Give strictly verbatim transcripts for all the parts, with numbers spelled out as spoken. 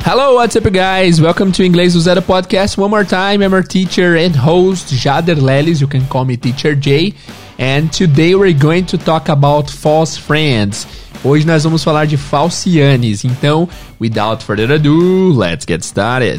Hello, what's up, guys? Welcome to Inglês do Zero podcast. One more time, I'm your teacher and host, Jader Lelis. You can call me Teacher J. And today we're going to talk about false friends. Hoje nós vamos falar de falcianes. Então, without further ado, let's get started.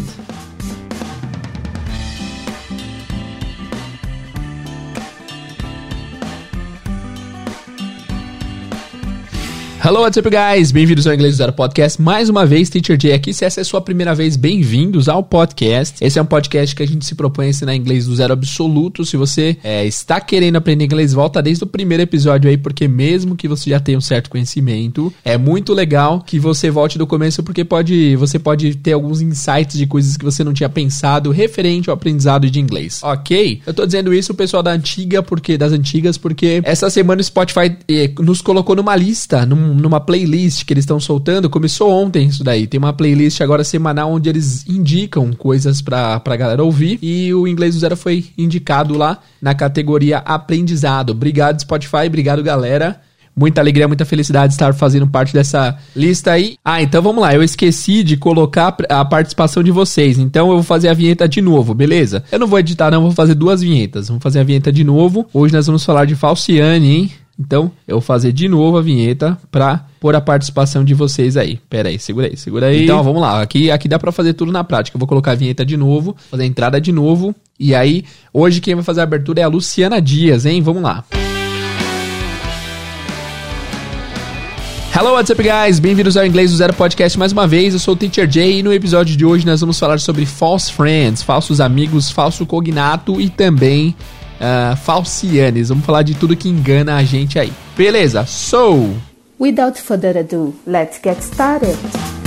Hello, what's up, guys? Bem-vindos ao Inglês do Zero Podcast. Mais uma vez, Teacher J aqui. Se essa é a sua primeira vez, bem-vindos ao podcast. Esse é um podcast que a gente se propõe a ensinar inglês do zero absoluto. Se você é, está querendo aprender inglês, volta desde o primeiro episódio aí, porque mesmo que você já tenha um certo conhecimento, é muito legal que você volte do começo, porque pode, você pode ter alguns insights de coisas que você não tinha pensado referente ao aprendizado de inglês, ok? Eu tô dizendo isso, o pessoal da antiga, porque das antigas, porque essa semana o Spotify eh, nos colocou numa lista, num numa playlist que eles estão soltando. Começou ontem isso daí. Tem uma playlist agora semanal onde eles indicam coisas pra, pra galera ouvir. E o Inglês do Zero foi indicado lá na categoria aprendizado. Obrigado, Spotify. Obrigado, galera. Muita alegria, muita felicidade de estar fazendo parte dessa lista aí. Ah, então vamos lá. Eu esqueci de colocar a participação de vocês. Então eu vou fazer a vinheta de novo, beleza? Eu não vou editar não, vou fazer duas vinhetas. Vamos fazer a vinheta de novo. Hoje nós vamos falar de falciane, hein? Então, eu vou fazer de novo a vinheta pra pôr a participação de vocês aí. Pera aí, segura aí, segura aí. Então, vamos lá. Aqui, aqui dá pra fazer tudo na prática. Eu vou colocar a vinheta de novo, fazer a entrada de novo. E aí, hoje quem vai fazer a abertura é a Luciana Dias, hein? Vamos lá. Hello, what's up, guys? Bem-vindos ao Inglês do Zero Podcast mais uma vez. Eu sou o Teacher J e no episódio de hoje nós vamos falar sobre false friends, falsos amigos, falso cognato e também uh, falcianes. Vamos falar de tudo que engana a gente aí. Beleza, so... Without further ado, let's get started.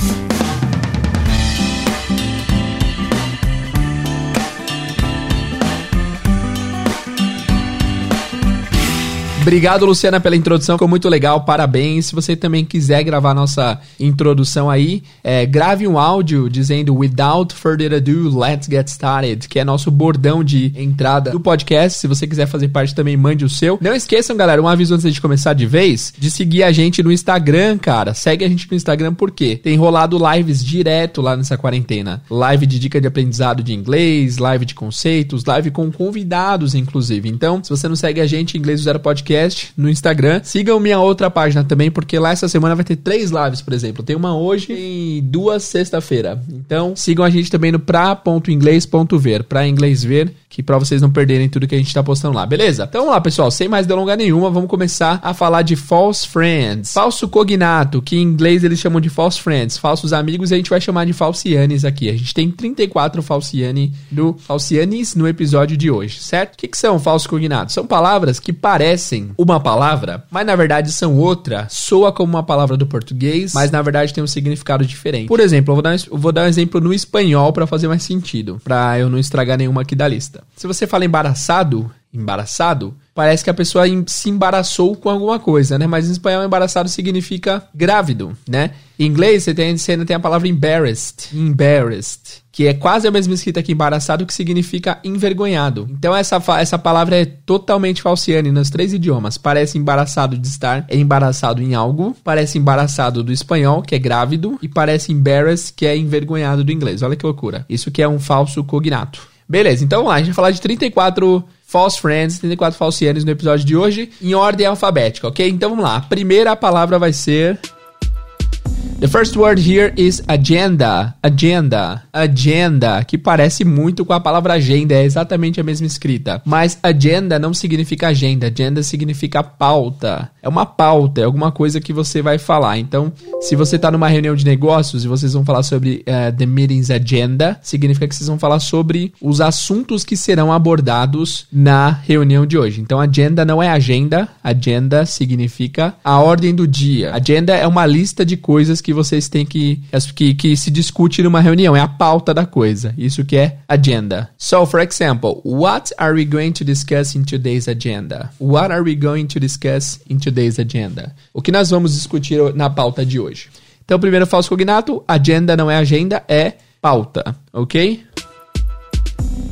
Obrigado, Luciana, pela introdução, ficou muito legal, parabéns. Se você também quiser gravar nossa introdução aí, é, grave um áudio dizendo Without further ado, let's get started, que é nosso bordão de entrada do podcast. Se você quiser fazer parte também, mande o seu. Não esqueçam, galera, um aviso antes de começar de vez, de seguir a gente no Instagram, cara. Segue a gente no Instagram, por quê? Tem rolado lives direto lá nessa quarentena. Live de dica de aprendizado de inglês, live de conceitos, live com convidados, inclusive. Então, se você não segue a gente, Inglês do Zero Podcast, no Instagram, sigam minha outra página também, porque lá essa semana vai ter três lives, por exemplo. Tem uma hoje e duas sexta-feira. Então, sigam a gente também no pra ponto inglês ponto ver, pra inglês ver, que pra vocês não perderem tudo que a gente tá postando lá, beleza? Então vamos lá, pessoal, sem mais delonga nenhuma, vamos começar a falar de false friends. Falso cognato, que em inglês eles chamam de false friends, falsos amigos, e a gente vai chamar de falcianes aqui. A gente tem trinta e quatro falciane no, falcianes no episódio de hoje, certo? O que, que são falsos cognatos? São palavras que parecem uma palavra, mas na verdade são outra, soa como uma palavra do português, mas na verdade tem um significado diferente. Por exemplo, eu vou dar, eu vou dar um exemplo no espanhol para fazer mais sentido, para eu não estragar nenhuma aqui da lista. Se você fala embaraçado, embaraçado, parece que a pessoa se embaraçou com alguma coisa, né? Mas em espanhol, embaraçado significa grávido, né? Em inglês, você, tem, você ainda tem a palavra embarrassed, embarrassed, que é quase a mesma escrita que embaraçado, que significa envergonhado. Então, essa, essa palavra é totalmente falciane nos três idiomas. Parece embaraçado de estar, é embaraçado em algo. Parece embaraçado do espanhol, que é grávido. E parece embarrassed, que é envergonhado do inglês. Olha que loucura. Isso que é um falso cognato. Beleza, então vamos lá. A gente vai falar de trinta e quatro false friends, trinta e quatro falcianes no episódio de hoje, em ordem alfabética, ok? Então vamos lá. A primeira palavra vai ser... The first word here is agenda, agenda, agenda, que parece muito com a palavra agenda, é exatamente a mesma escrita. Mas agenda não significa agenda, agenda significa pauta. É uma pauta, é alguma coisa que você vai falar. Então, se você está numa reunião de negócios e vocês vão falar sobre uh, the meeting's agenda, significa que vocês vão falar sobre os assuntos que serão abordados na reunião de hoje. Então, agenda não é agenda, agenda significa a ordem do dia. Agenda é uma lista de coisas que vocês têm que, que, que se discute numa reunião, é a pauta da coisa. Isso que é agenda. So, for example, what are we going to discuss in today's agenda? What are we going to discuss in today's agenda? O que nós vamos discutir na pauta de hoje? Então, primeiro falso cognato, agenda não é agenda, é pauta, ok?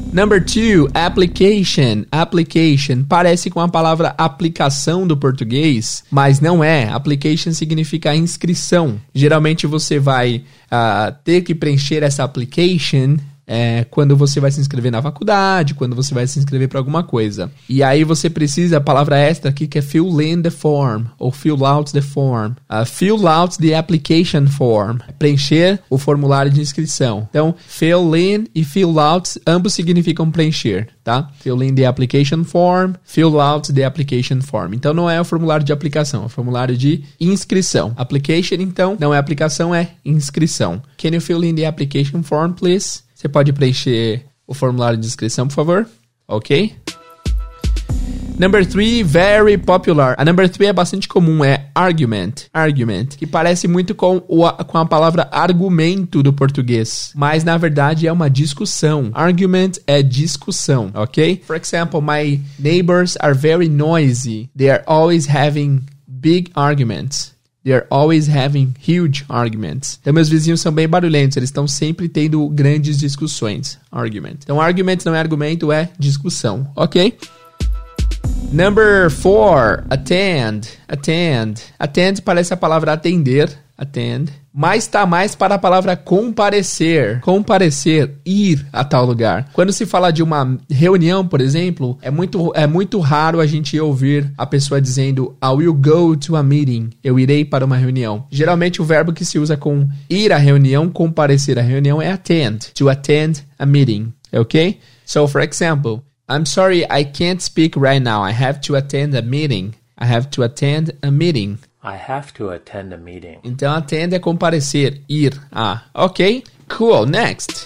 Number two, application. Application parece com a palavra aplicação do português, mas não é. Application significa inscrição. Geralmente você vai uh, ter que preencher essa application É, quando você vai se inscrever na faculdade, quando você vai se inscrever para alguma coisa. E aí você precisa, a palavra extra aqui que é fill in the form, ou fill out the form. Uh, fill out the application form. Preencher o formulário de inscrição. Então, fill in e fill out, ambos significam preencher, tá? Fill in the application form, fill out the application form. Então, não é o formulário de aplicação, é o formulário de inscrição. Application, então, não é aplicação, é inscrição. Can you fill in the application form, please? Você pode preencher o formulário de inscrição, por favor? Ok? Number three, very popular. A number three é bastante comum, é argument. Argument, que parece muito com, o, com a palavra argumento do português. Mas, na verdade, é uma discussão. Argument é discussão, ok? For example, my neighbors are very noisy. They are always having big arguments. They're always having huge arguments. Então, meus vizinhos são bem barulhentos. Eles estão sempre tendo grandes discussões. Argument. Então, argument não é argumento, é discussão. Ok? Number four. Attend. Attend. Attend parece a palavra atender. Attend. Mas está mais para a palavra comparecer. Comparecer, ir a tal lugar. Quando se fala de uma reunião, por exemplo, é muito, é muito raro a gente ouvir a pessoa dizendo I will go to a meeting. Eu irei para uma reunião. Geralmente o verbo que se usa com ir à reunião, comparecer à reunião é attend. To attend a meeting. Ok? So, for example, I'm sorry, I can't speak right now. I have to attend a meeting. I have to attend a meeting. I have to attend a meeting. Então, attend é comparecer, ir a. Ok? Cool. Next.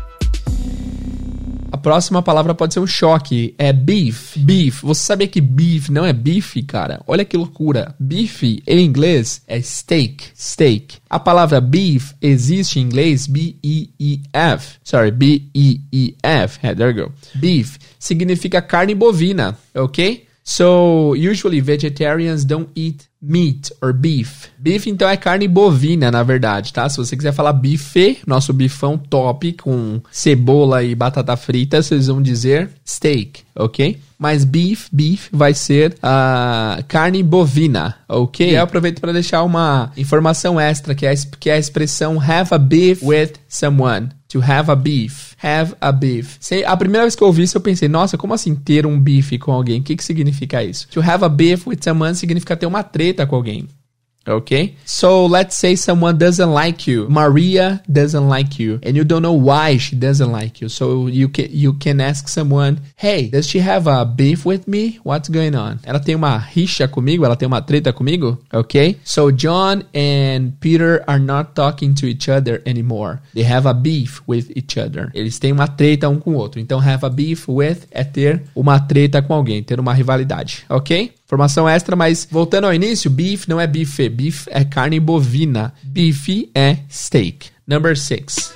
A próxima palavra pode ser um choque. É beef. Beef. Você sabia que beef não é beef, cara? Olha que loucura. Beef, em inglês, é steak. Steak. A palavra beef existe em inglês B E E F. Sorry, B E E F. Yeah, there you go. Beef significa carne bovina. Ok? So, usually vegetarians don't eat meat or beef. Beef, então, é carne bovina, na verdade, tá? Se você quiser falar bife, nosso bifão top com cebola e batata frita, vocês vão dizer steak, ok? Mas beef, beef vai ser uh, carne bovina, ok? E eu aproveito para deixar uma informação extra, que é, a, que é a expressão have a beef with someone. To have a beef. Have a beef. A primeira vez que eu ouvi isso, eu pensei, nossa, como assim ter um bife com alguém? O que, que significa isso? To have a beef with someone significa ter uma treta com alguém. Okay? So, let's say someone doesn't like you. Maria doesn't like you. And you don't know why she doesn't like you. So, you can, you can ask someone, hey, does she have a beef with me? What's going on? Ela tem uma rixa comigo? Ela tem uma treta comigo? Okay? So, John and Peter are not talking to each other anymore. They have a beef with each other. Eles têm uma treta um com o outro. Então, have a beef with é ter uma treta com alguém. Ter uma rivalidade. Ok? Informação extra, mas voltando ao início, beef não é bife, beef é carne bovina, beef é steak. Number six.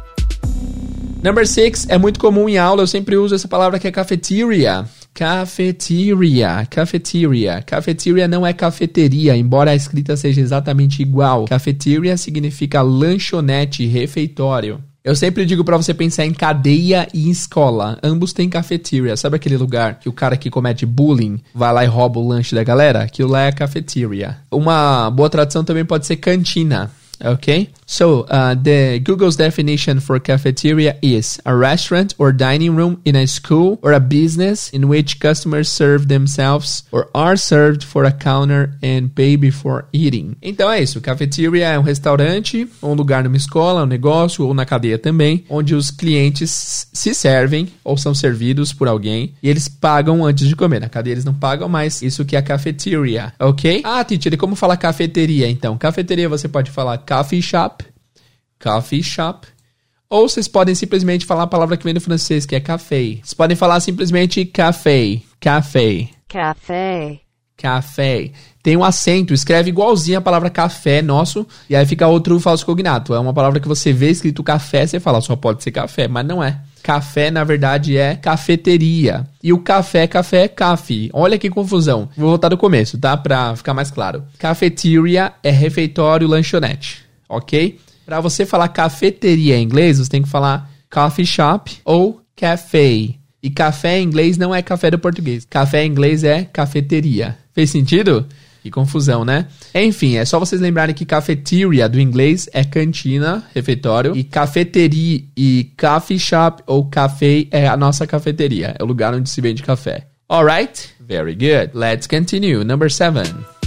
Number six é muito comum em aula, eu sempre uso essa palavra que é cafeteria. Cafeteria, cafeteria. Cafeteria não é cafeteria, embora a escrita seja exatamente igual. Cafeteria significa lanchonete, refeitório. Eu sempre digo pra você pensar em cadeia e em escola. Ambos têm cafeteria. Sabe aquele lugar que o cara que comete bullying vai lá e rouba o lanche da galera? Aquilo lá é cafeteria. Uma boa tradução também pode ser cantina. Okay? So, uh, the Google's definition for cafeteria is a restaurant or dining room in a school or a business in which customers serve themselves or are served for a counter and pay before eating. Então é isso. Cafeteria é um restaurante, um lugar numa escola, um negócio ou na cadeia também, onde os clientes se servem ou são servidos por alguém e eles pagam antes de comer. Na cadeia eles não pagam, mas isso que é cafeteria. Ok? Ah, teacher, e como falar cafeteria então? Cafeteria você pode falar coffee shop, coffee shop. Ou vocês podem simplesmente falar a palavra que vem do francês, que é café. Vocês podem falar simplesmente café, café. Café. Café. Tem um acento, escreve igualzinho a palavra café nosso, e aí fica outro falso cognato. É uma palavra que você vê escrito café, você fala, só pode ser café, mas não é. Café, na verdade, é cafeteria. E o café, café é café. Olha que confusão. Vou voltar do começo, tá? Pra ficar mais claro. Cafeteria é refeitório, lanchonete. Ok? Pra você falar cafeteria em inglês, você tem que falar coffee shop ou cafe. E café em inglês não é café do português. Café em inglês é cafeteria. Fez sentido? Que confusão, né? Enfim, é só vocês lembrarem que cafeteria do inglês é cantina, refeitório. E cafeteria e coffee shop ou café é a nossa cafeteria. É o lugar onde se vende café. Alright? Very good. Let's continue. Number seven.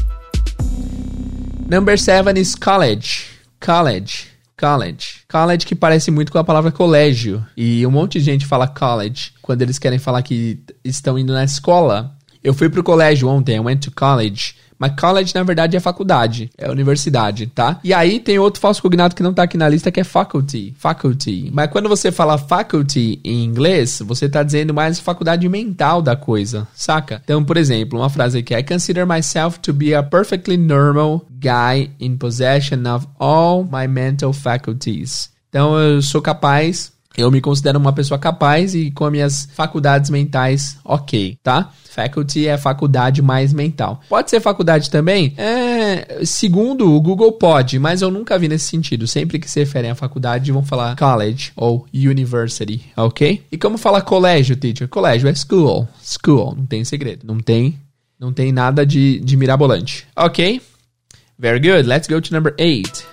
Number seven is college. College. College. College que parece muito com a palavra colégio. E um monte de gente fala college quando eles querem falar que estão indo na escola. Eu fui pro colégio ontem, I went to college. Mas college, na verdade, é faculdade. É universidade, tá? E aí tem outro falso cognato que não tá aqui na lista, que é faculty. Faculty. Mas quando você fala faculty em inglês, você tá dizendo mais faculdade mental da coisa, saca? Então, por exemplo, uma frase aqui. I consider myself to be a perfectly normal guy in possession of all my mental faculties. Então, eu sou capaz... Eu me considero uma pessoa capaz e com as minhas faculdades mentais ok, tá? Faculty é faculdade mais mental. Pode ser faculdade também? É, segundo o Google pode, mas eu nunca vi nesse sentido. Sempre que se referem à faculdade vão falar college ou university, ok? E como fala colégio, teacher? Colégio é school. School, não tem segredo. Não tem, não tem nada de, de mirabolante. Ok? Very good. Let's go to number eight.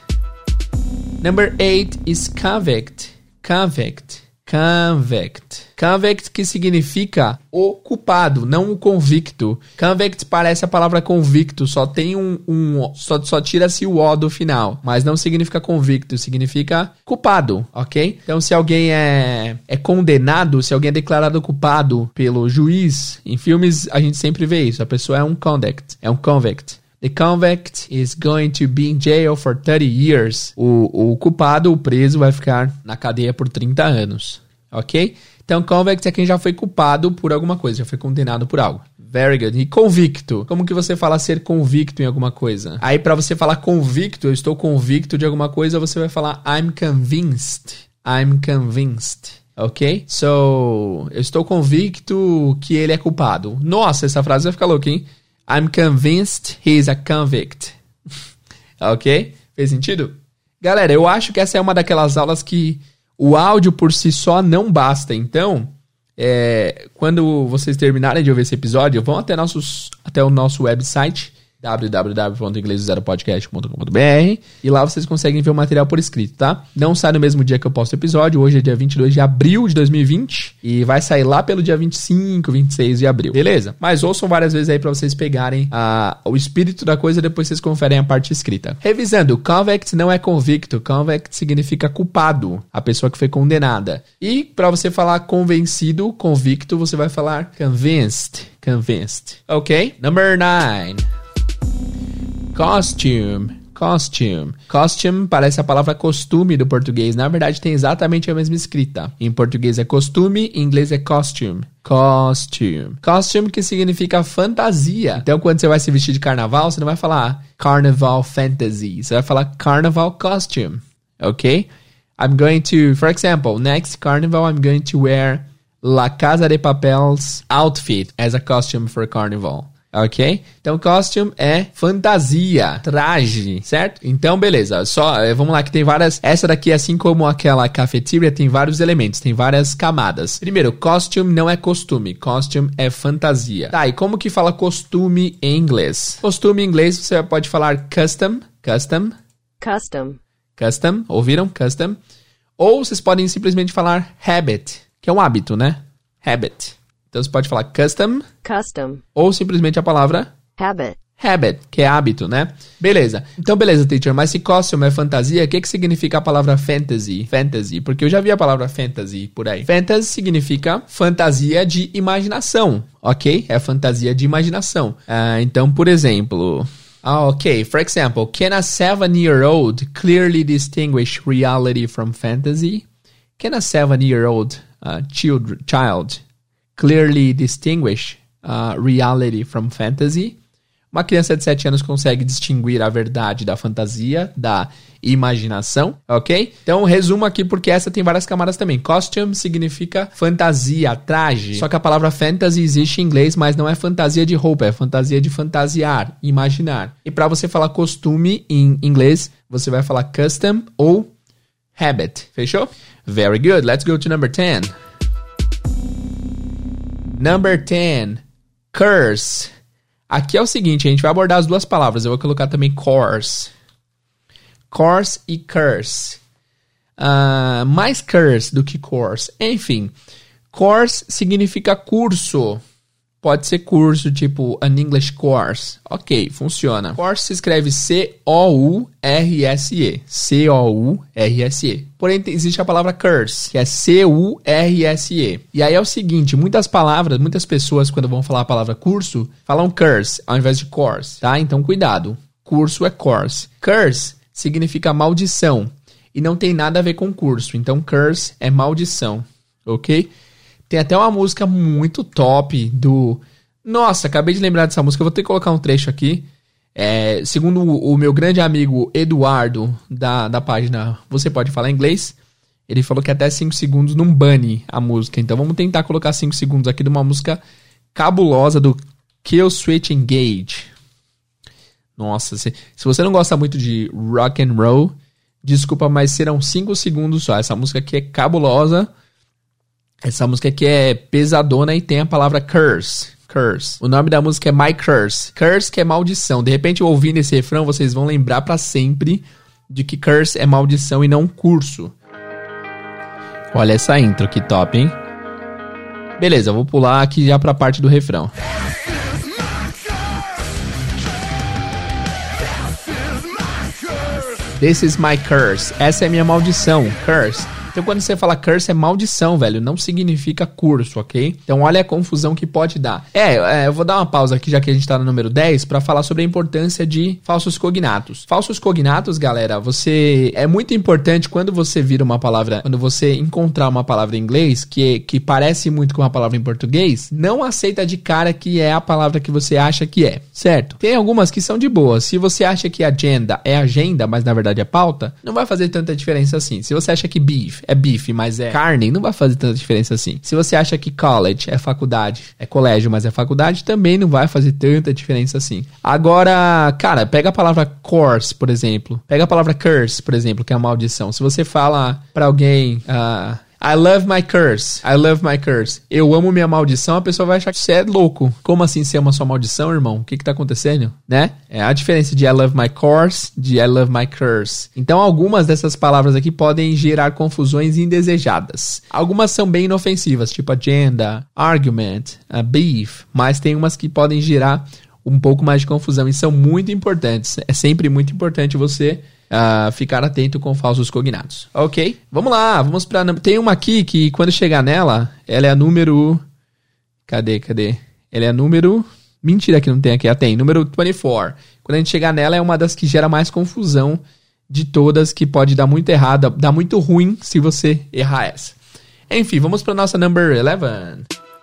Number eight is convict. Convict, convict, convict que significa o culpado, não o convicto. Convict parece a palavra convicto, só tem um, um só, só tira-se o O do final, mas não significa convicto, significa culpado, ok? Então se alguém é, é condenado, se alguém é declarado culpado pelo juiz, em filmes a gente sempre vê isso, a pessoa é um convict, é um convict. The convict is going to be in jail for thirty years. O, o culpado, o preso, vai ficar na cadeia por trinta anos. Ok? Então, convict é quem já foi culpado por alguma coisa, já foi condenado por algo. Very good. E convicto. Como que você fala ser convicto em alguma coisa? Aí, pra você falar convicto, eu estou convicto de alguma coisa, você vai falar I'm convinced. I'm convinced. Ok? So, eu estou convicto que ele é culpado. Nossa, essa frase vai ficar louca, hein? I'm convinced he is a convict. Ok? Fez sentido? Galera, eu acho que essa é uma daquelas aulas que o áudio por si só não basta. Então, é, quando vocês terminarem de ouvir esse episódio, vão até, nossos, até o nosso website, w w w ponto inglês do zero podcast ponto com ponto b r, e lá vocês conseguem ver o material por escrito, tá? Não sai no mesmo dia que eu posto o episódio, hoje é dia vinte e dois de abril de dois mil e vinte, e vai sair lá pelo dia vinte e cinco, vinte e seis de abril, beleza? Mas ouçam várias vezes aí pra vocês pegarem a, o espírito da coisa, depois vocês conferem a parte escrita. Revisando, convict não é convicto, convict significa culpado, a pessoa que foi condenada. E pra você falar convencido, convicto, você vai falar convinced, convinced. Ok? Number nine. Costume, costume. Costume parece a palavra costume do português. Na verdade, tem exatamente a mesma escrita. Em português é costume, em inglês é costume. Costume. Costume que significa fantasia. Então, quando você vai se vestir de carnaval, você não vai falar carnival fantasy. Você vai falar carnival costume. Ok? I'm going to, for example, next carnival, I'm going to wear La Casa de Papel's outfit as a costume for carnival. Ok? Então, costume é fantasia, traje, certo? Então, beleza. Só, vamos lá que tem várias... Essa daqui, assim como aquela cafeteria, tem vários elementos, tem várias camadas. Primeiro, costume não é costume. Costume é fantasia. Tá, e como que fala costume em inglês? Costume em inglês, você pode falar custom. Custom. Custom. Custom. Ouviram? Custom. Ou vocês podem simplesmente falar habit, que é um hábito, né? Habit. Então, você pode falar custom. Custom. Ou simplesmente a palavra habit. Habit, que é hábito, né? Beleza. Então, beleza, teacher. Mas se costume é fantasia, o que, que significa a palavra fantasy? Fantasy. Porque eu já vi a palavra fantasy por aí. Fantasy significa fantasia de imaginação, ok? É fantasia de imaginação. Uh, então, por exemplo... Ah, ok. For example, can a seven-year-old clearly distinguish reality from fantasy? Can a seven-year-old uh, child... child clearly distinguish uh, reality from fantasy? Uma criança de sete anos consegue distinguir a verdade da fantasia, da imaginação, ok? Então, resumo aqui porque essa tem várias camadas também. Costume significa fantasia, traje. Só que a palavra fantasy existe em inglês, mas não é fantasia de roupa, é fantasia de fantasiar, imaginar. E para você falar costume em inglês, você vai falar custom ou habit. Fechou? Very good. Let's go to number ten. Number ten, curse. Aqui é o seguinte, a gente vai abordar as duas palavras. Eu vou colocar também course. Course e curse. Uh, mais curse do que course. Enfim, course significa curso. Pode ser curso, tipo an English course. Ok, funciona. Course se escreve C O U R S E. C O U R S E. Porém, existe a palavra curse, que é C U R S E. E aí é o seguinte, muitas palavras, muitas pessoas, quando vão falar a palavra curso, falam curse, ao invés de course, tá? Então, cuidado. Curso é course. Curse significa maldição. E não tem nada a ver com curso. Então, curse é maldição. Ok? Tem até uma música muito top do... Nossa, acabei de lembrar dessa música. Eu vou ter que colocar um trecho aqui. É, segundo o, o meu grande amigo Eduardo, da, da página Você Pode Falar Inglês, ele falou que até cinco segundos não bane a música. Então vamos tentar colocar cinco segundos aqui de uma música cabulosa do Kill Switch Engage. Nossa, se, se você não gosta muito de rock and roll, desculpa, mas serão cinco segundos só. Essa música aqui é cabulosa. Essa música aqui é pesadona e tem a palavra curse. Curse. O nome da música é My Curse. Curse que é maldição. De repente, ouvindo esse refrão, vocês vão lembrar pra sempre de que curse é maldição e não curso. Olha essa intro, que top, hein? Beleza, eu vou pular aqui já pra parte do refrão. This is my curse. Essa é a minha maldição. Curse. Então, quando você fala curse, é maldição, velho. Não significa curso, ok? Então, olha a confusão que pode dar. É, é eu vou dar uma pausa aqui, já que a gente tá no número dez, pra falar sobre a importância de falsos cognatos. Falsos cognatos, galera, você... É muito importante quando você vira uma palavra... Quando você encontrar uma palavra em inglês que, que parece muito com uma palavra em português, não aceita de cara que é a palavra que você acha que é, certo? Tem algumas que são de boa. Se você acha que agenda é agenda, mas na verdade é pauta, não vai fazer tanta diferença assim. Se você acha que beef é bife, mas é carne, não vai fazer tanta diferença assim. Se você acha que college é faculdade, é colégio, mas é faculdade, também não vai fazer tanta diferença assim. Agora, cara, pega a palavra course, por exemplo. Pega a palavra curse, por exemplo, que é a maldição. Se você fala pra alguém... Uh, I love my curse. I love my curse. Eu amo minha maldição. A pessoa vai achar que você é louco. Como assim você ama sua maldição, irmão? O que que tá acontecendo? Né? É a diferença de I love my course de I love my curse. Então, algumas dessas palavras aqui podem gerar confusões indesejadas. Algumas são bem inofensivas, tipo agenda, argument, uh, beef. Mas tem umas que podem gerar um pouco mais de confusão e são muito importantes. É sempre muito importante você... Uh, ficar atento com falsos cognatos. Ok? Vamos lá, vamos pra... Tem uma aqui que quando chegar nela, ela é a número... Cadê, cadê? Ela é a número... Mentira que não tem aqui, ela tem, número vinte e quatro. Quando a gente chegar nela, é uma das que gera mais confusão de todas, que pode dar muito errado, dar muito ruim se você errar essa. Enfim, vamos pra nossa number eleven.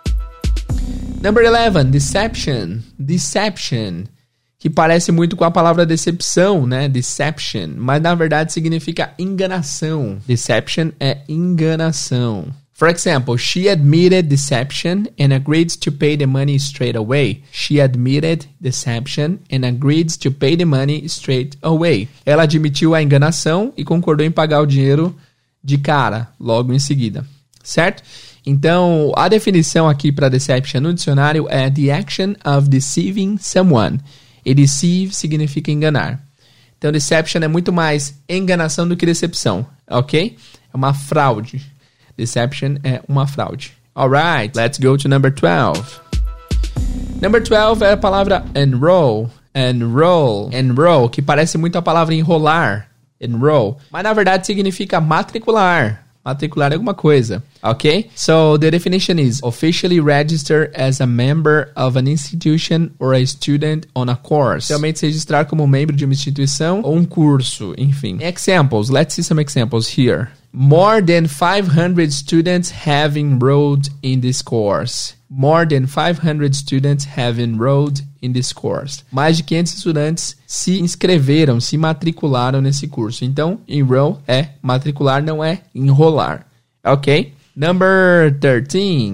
Number eleven, deception. Deception. Que parece muito com a palavra decepção, né? Deception. Mas na verdade significa enganação. Deception é enganação. For example, she admitted deception and agreed to pay the money straight away. She admitted deception and agreed to pay the money straight away. Ela admitiu a enganação e concordou em pagar o dinheiro de cara, logo em seguida. Certo? Então, a definição aqui para deception no dicionário é the action of deceiving someone. E deceive significa enganar. Então, deception é muito mais enganação do que decepção, ok? É uma fraude. Deception é uma fraude. Alright, let's go to number twelve. Number twelve é a palavra enroll. Enroll. Enroll, que parece muito a palavra enrolar. Enroll. Mas, na verdade, significa matricular. Matricular alguma coisa, ok? So, the definition is officially register as a member of an institution or a student on a course. Realmente se registrar como membro de uma instituição ou um curso, enfim. Examples, let's see some examples here. More than five hundred students have enrolled in this course. More than five hundred students have enrolled in this course. Mais de quinhentos estudantes se inscreveram, se matricularam nesse curso. Então, enroll é matricular, não é enrolar. Ok? Number thirteen.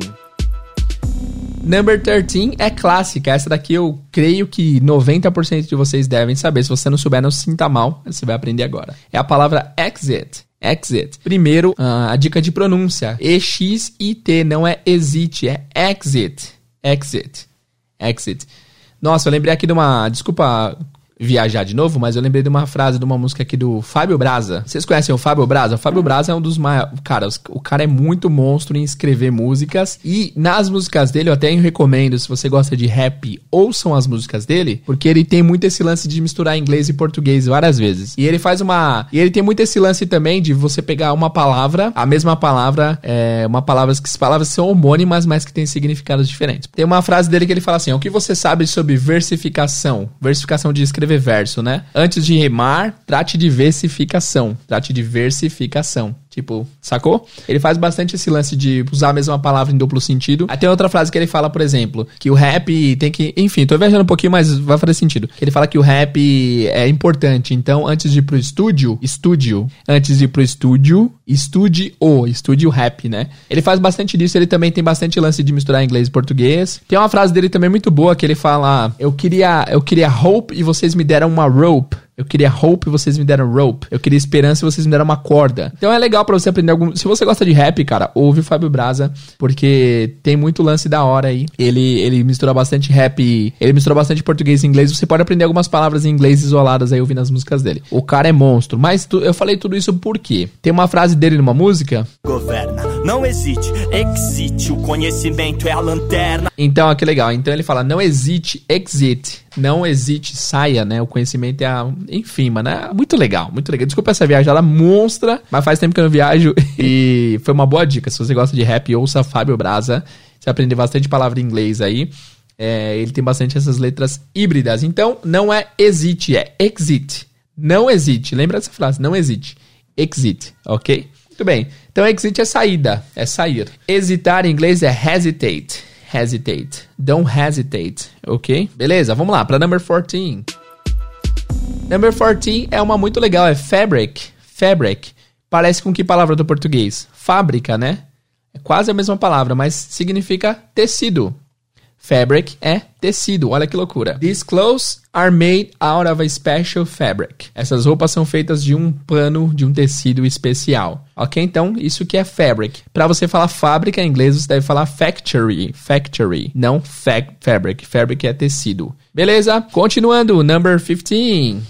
Number thirteen é clássica. Essa daqui eu creio que noventa por cento de vocês devem saber. Se você não souber, não se sinta mal. Você vai aprender agora. É a palavra exit. Exit. Primeiro, a dica de pronúncia. E X I T, não é exit, é exit. Exit. Exit. Nossa, eu lembrei aqui de uma... Desculpa viajar de novo, mas eu lembrei de uma frase de uma música aqui do Fábio Braza. Vocês conhecem o Fábio Braza? O Fábio Braza é um dos maiores... Cara, o cara é muito monstro em escrever músicas. E nas músicas dele, eu até recomendo, se você gosta de rap, ouçam as músicas dele, porque ele tem muito esse lance de misturar inglês e português várias vezes. E ele faz uma... E ele tem muito esse lance também de você pegar uma palavra, a mesma palavra, é, uma palavra que as palavras são homônimas, mas que tem significados diferentes. Tem uma frase dele que ele fala assim: o que você sabe sobre versificação? Versificação de escrever verso, né? Antes de rimar, trate de versificação. Trate de versificação. Tipo, sacou? Ele faz bastante esse lance de usar a mesma palavra em duplo sentido. Aí tem outra frase que ele fala, por exemplo, que o rap tem que... Enfim, tô viajando um pouquinho, mas vai fazer sentido. Ele fala que o rap é importante. Então, antes de ir pro estúdio... Estúdio. Antes de ir pro estúdio... Estude o... Estude o rap, né? Ele faz bastante disso. Ele também tem bastante lance de misturar inglês e português. Tem uma frase dele também muito boa, que ele fala... Eu queria, eu queria hope e vocês me deram uma rope. Eu queria hope e vocês me deram rope. Eu queria esperança e vocês me deram uma corda. Então é legal pra você aprender algum... Se você gosta de rap, cara, ouve o Fábio Braza, porque tem muito lance da hora aí. Ele, ele mistura bastante rap, ele mistura bastante português e inglês. Você pode aprender algumas palavras em inglês isoladas aí ouvindo as músicas dele. O cara é monstro. Mas tu, eu falei tudo isso por quê? Tem uma frase dele numa música... Governa, não hesite, exite, o conhecimento é a lanterna. Então, ó, que legal. Então ele fala, não hesite, exit. Não hesite, saia, né? O conhecimento é a... Enfim, mano, é muito legal, muito legal. Desculpa essa viagem, ela é monstra, mas faz tempo que eu não viajo e foi uma boa dica. Se você gosta de rap, ouça Fábio Braza. Você aprende bastante palavra em inglês aí. É, ele tem bastante essas letras híbridas. Então, não é hesite, é exit. Não hesite. Lembra dessa frase? Não hesite. Exit, ok? Muito bem. Então, exit é saída, é sair. Hesitar em inglês é hesitate. Hesitate. Don't hesitate, ok? Beleza, vamos lá para number fourteen. Number fourteen é uma muito legal, é fabric. Fabric. Parece com que palavra do português? Fábrica, né? É quase a mesma palavra, mas significa tecido. Fabric é tecido, olha que loucura. These clothes are made out of a special fabric. Essas roupas são feitas de um pano, de um tecido especial. Ok? Então, isso que é fabric. Para você falar fábrica em inglês, você deve falar factory. Factory, não fa- fabric. Fabric é tecido. Beleza? Continuando, number fifteen.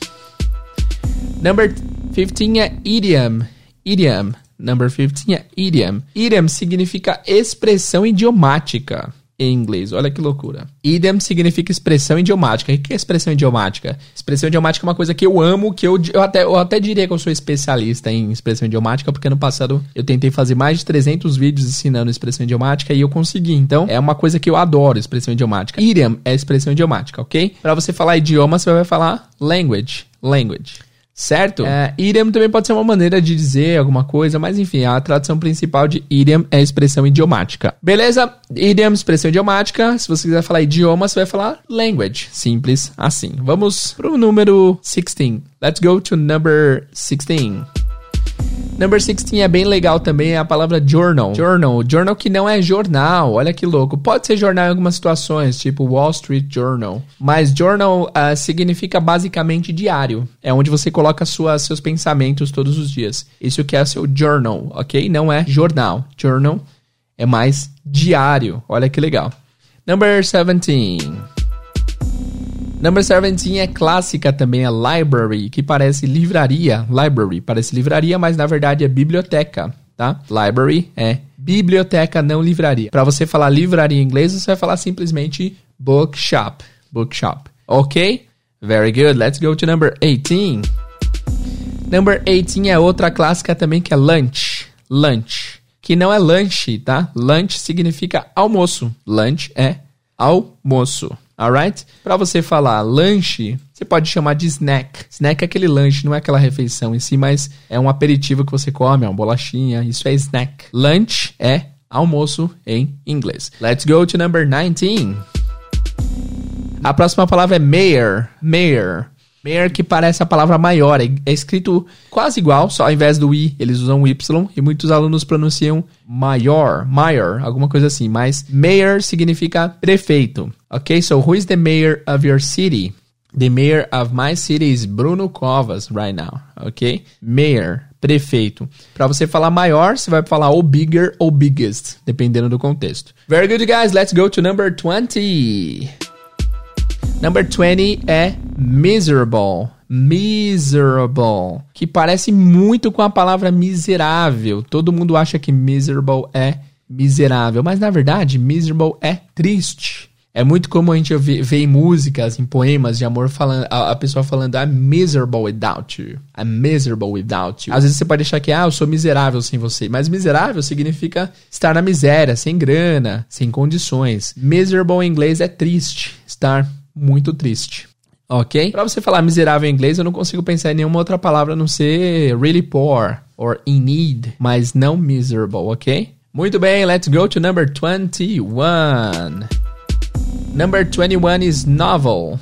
Number fifteen é idiom. Idiom. Number fifteen é idiom. Idiom significa expressão idiomática. Em inglês, olha que loucura. Idiom significa expressão idiomática. O que é expressão idiomática? Expressão idiomática é uma coisa que eu amo, que eu, eu, até, eu até diria que eu sou especialista em expressão idiomática, porque no passado eu tentei fazer mais de trezentos vídeos ensinando expressão idiomática e eu consegui. Então, é uma coisa que eu adoro, expressão idiomática. Idiom é expressão idiomática, ok? Para você falar idioma, você vai falar language. Language. Certo? É, idiom também pode ser uma maneira de dizer alguma coisa, mas enfim, a tradução principal de idiom é expressão idiomática. Beleza? Idiom, expressão idiomática. Se você quiser falar idioma, você vai falar language. Simples assim. Vamos pro número sixteen. Let's go to number sixteen. Number sixteen é bem legal também, é a palavra journal. Journal, journal que não é jornal, olha que louco. Pode ser jornal em algumas situações, tipo Wall Street Journal. Mas journal uh, significa basicamente diário. É onde você coloca suas, seus pensamentos todos os dias. Isso que é o seu journal, ok? Não é jornal. Journal é mais diário. Olha que legal. Number seventeen. Number seventeen é clássica também, é library, que parece livraria. Library parece livraria, mas na verdade é biblioteca, tá? Library é biblioteca, não livraria. Para você falar livraria em inglês, você vai falar simplesmente bookshop. Bookshop. Ok? Very good. Let's go to number eighteen. Number eighteen é outra clássica também, que é lunch. Lunch. Que não é lanche, tá? Lunch significa almoço. Lunch é almoço. Alright? Para você falar lanche, você pode chamar de snack. Snack é aquele lanche, não é aquela refeição em si, mas é um aperitivo que você come, é uma bolachinha. Isso é snack. Lunch é almoço em inglês. Let's go to number nineteen. A próxima palavra é mayor. Mayor. Mayor, que parece a palavra maior. É, é escrito quase igual, só ao invés do I, eles usam o Y. E muitos alunos pronunciam maior, mayor, alguma coisa assim. Mas mayor significa prefeito. Ok, so who is the mayor of your city? The mayor of my city is Bruno Covas right now. Ok? Mayor, prefeito. Para você falar maior, você vai falar ou bigger ou biggest, dependendo do contexto. Very good, guys. Let's go to number twenty. Number twenty é miserable. Miserable. Que parece muito com a palavra miserável. Todo mundo acha que miserable é miserável. Mas, na verdade, miserable é triste. É muito comum a gente ver, ver em músicas, em poemas de amor, falando, a, a pessoa falando I'm miserable without you. I'm miserable without you. Às vezes você pode achar que ah, eu sou miserável sem você. Mas miserável significa estar na miséria, sem grana, sem condições. Miserable em inglês é triste. Estar muito triste. Ok? Pra você falar miserável em inglês, eu não consigo pensar em nenhuma outra palavra a não ser really poor or in need. Mas não miserable, ok? Muito bem, let's go to number twenty-one. Number twenty-one is novel.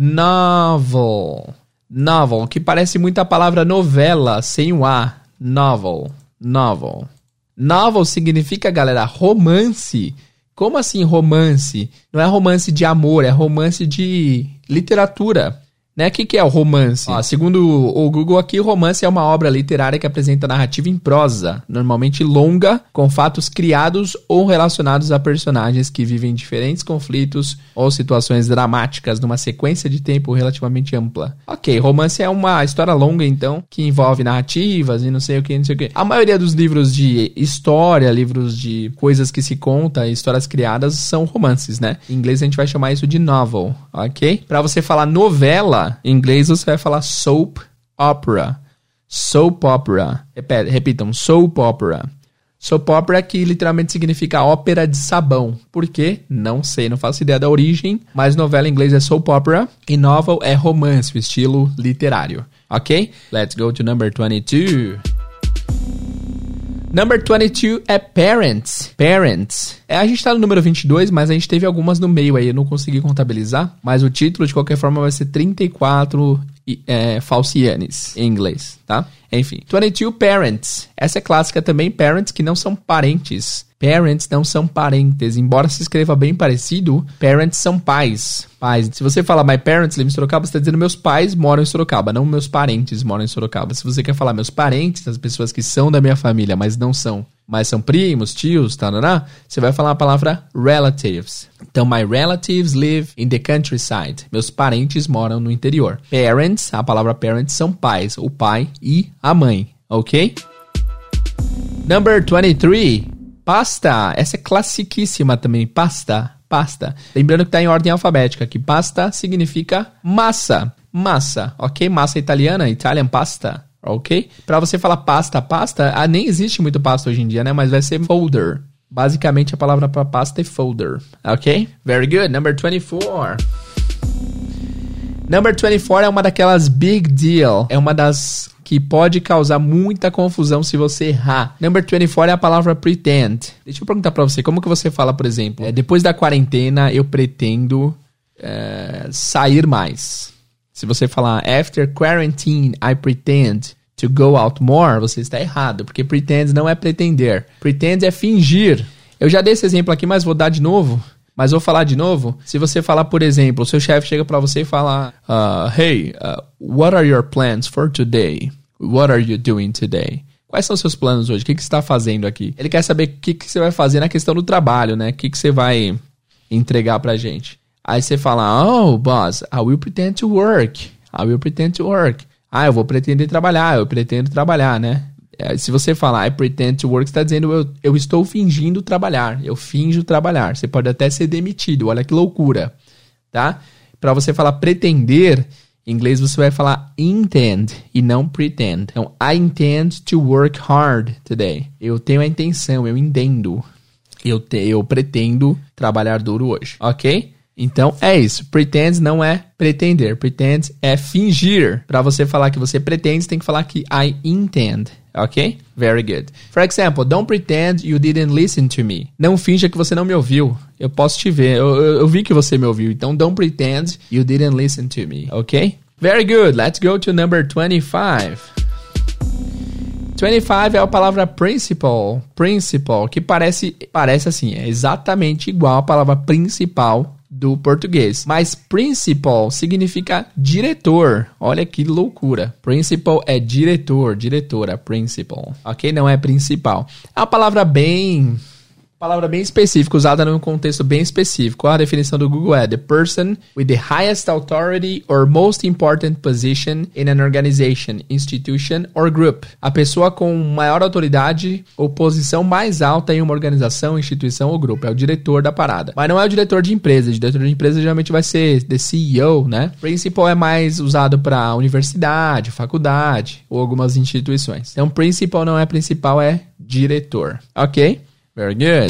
Novel. Novel, que parece muito a palavra novela, sem o A. Novel. Novel. Novel significa, galera, romance. Como assim romance? Não é romance de amor, é romance de literatura. Né? O que, que é o romance? Ó, segundo o Google aqui, romance é uma obra literária que apresenta narrativa em prosa, normalmente longa, com fatos criados ou relacionados a personagens que vivem diferentes conflitos ou situações dramáticas numa sequência de tempo relativamente ampla. Ok, romance é uma história longa, então, que envolve narrativas e não sei o que, não sei o que. A maioria dos livros de história, livros de coisas que se conta, histórias criadas, são romances, né? Em inglês a gente vai chamar isso de novel, ok? Pra você falar novela, em inglês você vai falar soap opera. Soap opera. Repete, repitam, soap opera. Soap opera que literalmente significa ópera de sabão. Por quê? Não sei, não faço ideia da origem. Mas novela em inglês é soap opera. E novel é romance, o estilo literário. Ok? Let's go to number twenty-two. Number twenty-two é parents. Parents. É, a gente tá no número vinte e dois, mas a gente teve algumas no meio aí. Eu não consegui contabilizar. Mas o título, de qualquer forma, vai ser trinta e quatro é, falcianes em inglês, tá? Enfim. twenty-two parents. Essa é clássica também. Parents que não são parentes. Parents não são parentes. Embora se escreva bem parecido, parents são pais. Pais. Se você falar my parents live in Sorocaba, você está dizendo meus pais moram em Sorocaba, não meus parentes moram em Sorocaba. Se você quer falar meus parentes, as pessoas que são da minha família, mas não são, mas são primos, tios, tarará, você vai falar a palavra relatives. Então, my relatives live in the countryside. Meus parentes moram no interior. Parents, a palavra parents são pais, o pai e a mãe, ok? Number twenty-three. Pasta, essa é classiquíssima também, pasta, pasta. Lembrando que está em ordem alfabética, que pasta significa massa, massa, ok? Massa italiana, Italian pasta, ok? Para você falar pasta, pasta, ah, nem existe muito pasta hoje em dia, né? Mas vai ser folder. Basicamente a palavra para pasta é folder, ok? Very good, number twenty-four. Number twenty-four é uma daquelas big deal, é uma das que pode causar muita confusão se você errar. Number twenty-four é a palavra pretend. Deixa eu perguntar pra você, como que você fala, por exemplo, é, depois da quarentena eu pretendo é, sair mais. Se você falar after quarantine I pretend to go out more, você está errado, porque pretend não é pretender. Pretend é fingir. Eu já dei esse exemplo aqui, mas vou dar de novo. Mas vou falar de novo. Se você falar, por exemplo, o seu chefe chega pra você e fala uh, Hey, uh, what are your plans for today? What are you doing today? Quais são os seus planos hoje? O que, que você está fazendo aqui? Ele quer saber o que, que você vai fazer na questão do trabalho, né? O que, que você vai entregar pra gente. Aí você fala, oh, boss, I will pretend to work. I will pretend to work. Ah, eu vou pretender trabalhar. Eu pretendo trabalhar, né? Se você falar I pretend to work, você está dizendo eu, eu estou fingindo trabalhar. Eu finjo trabalhar. Você pode até ser demitido. Olha que loucura. Tá? Para você falar pretender, em inglês você vai falar intend e não pretend. Então, I intend to work hard today. Eu tenho a intenção, eu entendo. Eu, te, eu pretendo trabalhar duro hoje. Ok? Então, é isso. Pretend não é pretender. Pretend é fingir. Para você falar que você pretende, você tem que falar que I intend. Ok? Very good. For example, don't pretend you didn't listen to me. Não finja que você não me ouviu. Eu posso te ver. Eu, eu, eu vi que você me ouviu. Então, don't pretend you didn't listen to me. Ok? Very good. Let's go to number twenty-five. twenty-five é a palavra principal. Principal, que parece, parece assim, é exatamente igual à palavra principal do português. Mas principal significa diretor. Olha que loucura. Principal é diretor, diretora, principal. Ok? Não é principal. É uma palavra bem... Palavra bem específica, usada num contexto bem específico. A definição do Google é the person with the highest authority or most important position in an organization, institution or group. A pessoa com maior autoridade ou posição mais alta em uma organização, instituição ou grupo. É o diretor da parada. Mas não é o diretor de empresa. O diretor de empresa geralmente vai ser the C E O, né? Principal é mais usado para universidade, faculdade ou algumas instituições. Então, principal não é principal, é diretor. Ok? Very good.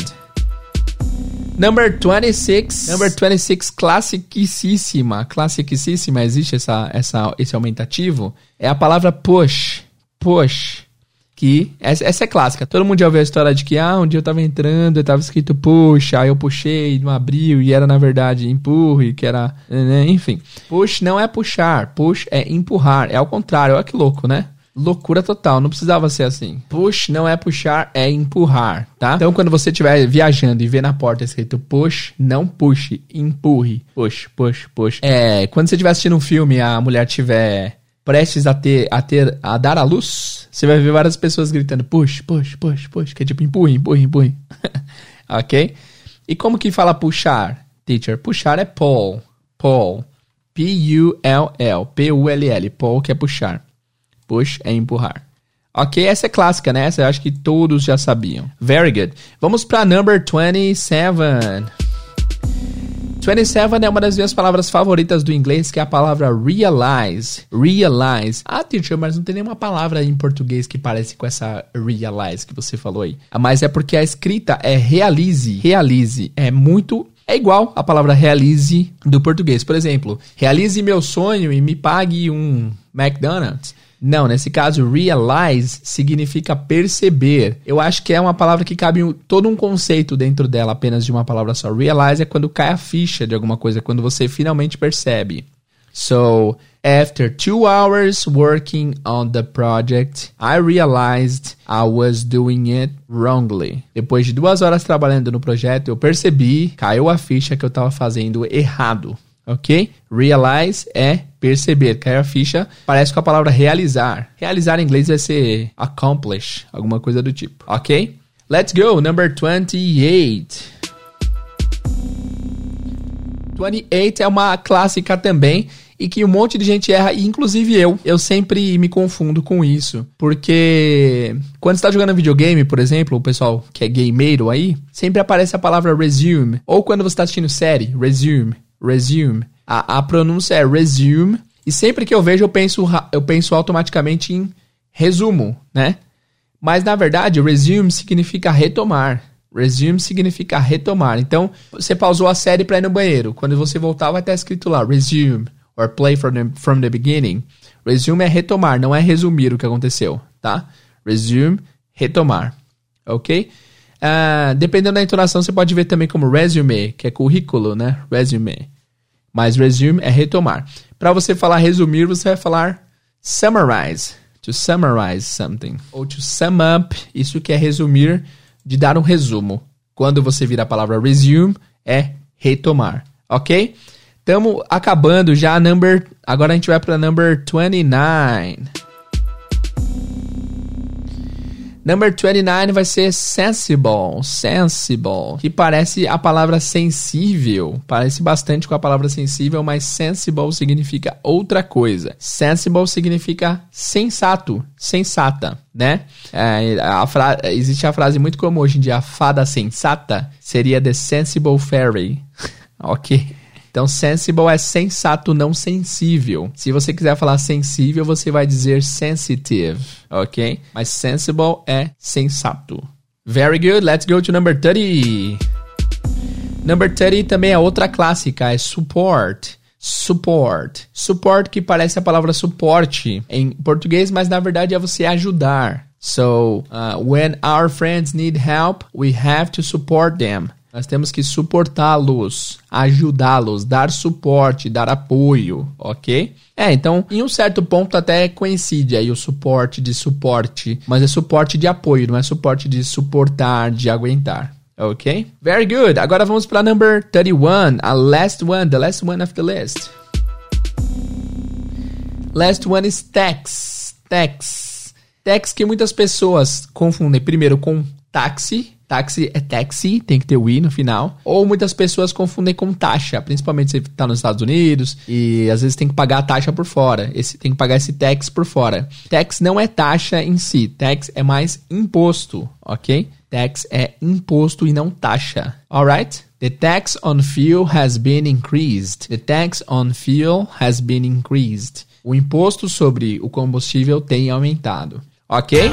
Number twenty-six. Number twenty-six, classicíssima. Classicíssima, existe essa, essa, esse aumentativo. É a palavra push. Push. Que, essa, essa é clássica. Todo mundo já ouviu a história de que, ah, um dia eu tava entrando e tava escrito push, aí eu puxei, não abriu, e era, na verdade, empurre, que era... Enfim. Push não é puxar. Push é empurrar. É ao contrário. Olha que louco, né? Loucura total, não precisava ser assim. Push não é puxar, é empurrar, tá? Então, quando você estiver viajando e ver na porta escrito push, não puxe, empurre. Push, push, push. É, quando você estiver assistindo um filme e a mulher estiver prestes a ter, a ter, a dar à luz, você vai ver várias pessoas gritando push, push, push, push, que é tipo empurre, empurre, empurre. Ok? E como que fala puxar, teacher? Puxar é pull, pull. P U L L, P U L L, pull que é puxar. Push é empurrar. Ok, essa é clássica, né? Essa eu acho que todos já sabiam. Very good. Vamos para number twenty-seven. twenty-seven é uma das minhas palavras favoritas do inglês, que é a palavra realize. Realize. Ah, teacher, mas não tem nenhuma palavra em português que parece com essa realize que você falou aí. Mas é porque a escrita é realize. Realize. É muito... É igual a palavra realize do português. Por exemplo, realize meu sonho e me pague um McDonald's. Não, nesse caso, realize significa perceber. Eu acho que é uma palavra que cabe todo um conceito dentro dela, apenas de uma palavra só. Realize é quando cai a ficha de alguma coisa, quando você finalmente percebe. So, after two hours working on the project, I realized I was doing it wrongly. Depois de duas horas trabalhando no projeto, eu percebi, caiu a ficha que eu estava fazendo errado. Ok? Realize é perceber, caiu a ficha, parece com a palavra realizar. Realizar em inglês vai ser accomplish, alguma coisa do tipo. Ok? Let's go, number twenty-eight. twenty-eight é uma clássica também e que um monte de gente erra, inclusive eu. Eu sempre me confundo com isso, porque quando você está jogando videogame, por exemplo, o pessoal que é gameiro aí, sempre aparece a palavra resume. Ou quando você está assistindo série, resume. Resume. A, a pronúncia é resume. E sempre que eu vejo, eu penso, eu penso automaticamente em resumo, né? Mas, na verdade, resume significa retomar. Resume significa retomar. Então, você pausou a série para ir no banheiro. Quando você voltar, vai estar escrito lá, resume. Or play from the, from the beginning. Resume é retomar, não é resumir o que aconteceu, tá? Resume, retomar. Ok? Uh, dependendo da entonação, você pode ver também como resume, que é currículo, né? Resume. Mas resume é retomar. Para você falar resumir, você vai falar summarize. To summarize something. Ou to sum up, isso que é resumir, de dar um resumo. Quando você vira a palavra resume, é retomar. Ok? Estamos acabando já. Number, agora a gente vai para number twenty-nine. Number twenty-nine vai ser sensible, sensible, que parece a palavra sensível, parece bastante com a palavra sensível, mas sensible significa outra coisa. Sensible significa sensato, sensata, né? É, a fra- existe a frase muito comum hoje em dia, a fada sensata seria the sensible fairy, ok? Então, sensible é sensato, não sensível. Se você quiser falar sensível, você vai dizer sensitive, ok? Mas sensible é sensato. Very good, let's go to number thirty. Number thirty também é outra clássica, é support. Support. Support que parece a palavra suporte em português, mas na verdade é você ajudar. So, uh, when our friends need help, we have to support them. Nós temos que suportá-los, ajudá-los, dar suporte, dar apoio, ok? É, então, em um certo ponto até coincide aí o suporte de suporte, mas é suporte de apoio, não é suporte de suportar, de aguentar, Ok? Very good. Agora vamos para number thirty-one, a last one, the last one of the list. Last one is tax. Tax. Tax que muitas pessoas confundem primeiro com táxi. Táxi é taxi, tem que ter o i no final. Ou muitas pessoas confundem com taxa, principalmente se você está nos Estados Unidos e às vezes tem que pagar a taxa por fora. Esse, tem que pagar esse tax por fora. Tax não é taxa em si, tax é mais imposto, ok? Tax é imposto e não taxa. Alright? The tax on fuel has been increased. The tax on fuel has been increased. O imposto sobre o combustível tem aumentado. Ok?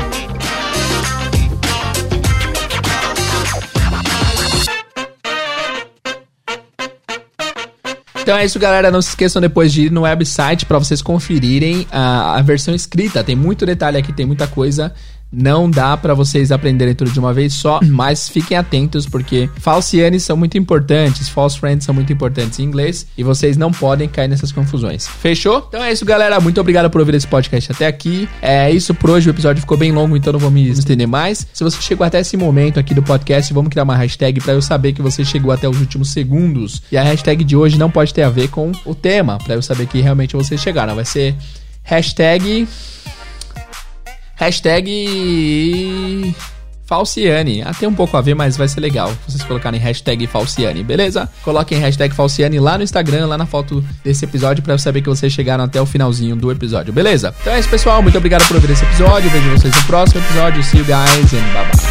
Então é isso, galera. Não se esqueçam depois de ir no website para vocês conferirem a, a versão escrita. Tem muito detalhe aqui, tem muita coisa. Não dá para vocês aprenderem tudo de uma vez só, mas fiquem atentos porque falcianes são muito importantes, false friends são muito importantes em inglês e vocês não podem cair nessas confusões. Fechou? Então é isso, galera. Muito obrigado por ouvir esse podcast até aqui. É isso por hoje. O episódio ficou bem longo, então não vou me estender mais. Se você chegou até esse momento aqui do podcast, vamos criar uma hashtag para eu saber que você chegou até os últimos segundos. E a hashtag de hoje não pode ter a ver com o tema, para eu saber que realmente vocês chegaram. Vai ser hashtag... Hashtag Falciane. Ah, tem um pouco a ver, mas vai ser legal vocês colocarem hashtag Falciane, beleza? Coloquem hashtag Falciane lá no Instagram, lá na foto desse episódio, pra eu saber que vocês chegaram até o finalzinho do episódio, beleza? Então é isso, pessoal. Muito obrigado por ouvir esse episódio. Vejo vocês no próximo episódio. See you guys and bye bye.